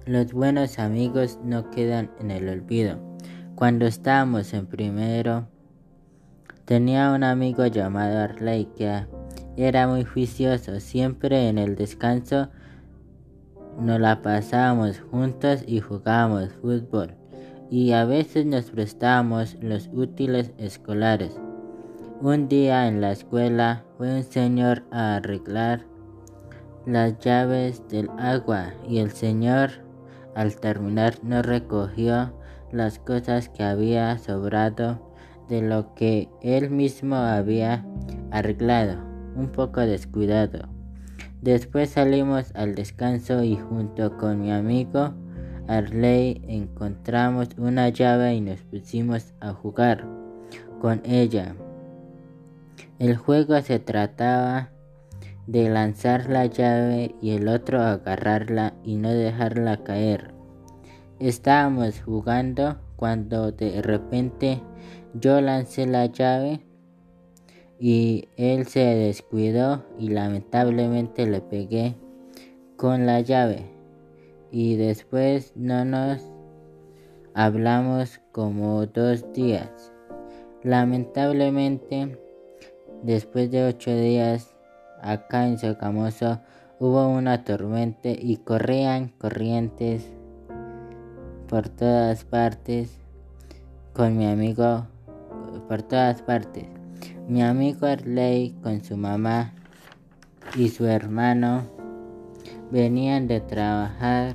Los buenos amigos no quedan en el olvido. Cuando estábamos en primero, tenía un amigo llamado Arley que era muy juicioso. Siempre en el descanso nos la pasábamos juntos y jugábamos fútbol. Y a veces nos prestábamos los útiles escolares. Un día en la escuela fue un señor a arreglar las llaves del agua y el señor al terminar no recogió las cosas que había sobrado de lo que él mismo había arreglado, un poco descuidado. Después salimos al descanso y junto con mi amigo Arley encontramos una llave y nos pusimos a jugar con ella. El juego se trataba de lanzar la llave y el otro agarrarla y no dejarla caer. Estábamos jugando cuando de repente yo lancé la llave y él se descuidó y lamentablemente le pegué con la llave y después no nos hablamos como 2 días. Lamentablemente, después de 8 días, acá en Sogamoso hubo una tormenta y corrían corrientes por todas partes con mi amigo, por todas partes. Mi amigo Arley con su mamá y su hermano venían de trabajar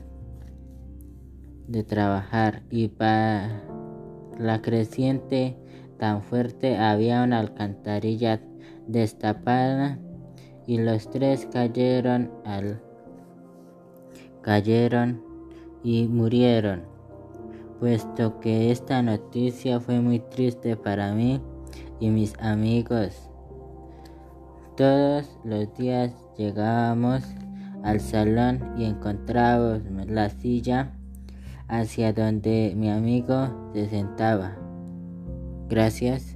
y para la creciente tan fuerte había una alcantarilla destapada y los tres cayeron y murieron, puesto que esta noticia fue muy triste para mí y mis amigos. Todos los días llegábamos al salón y encontrábamos la silla hacia donde mi amigo se sentaba. Gracias.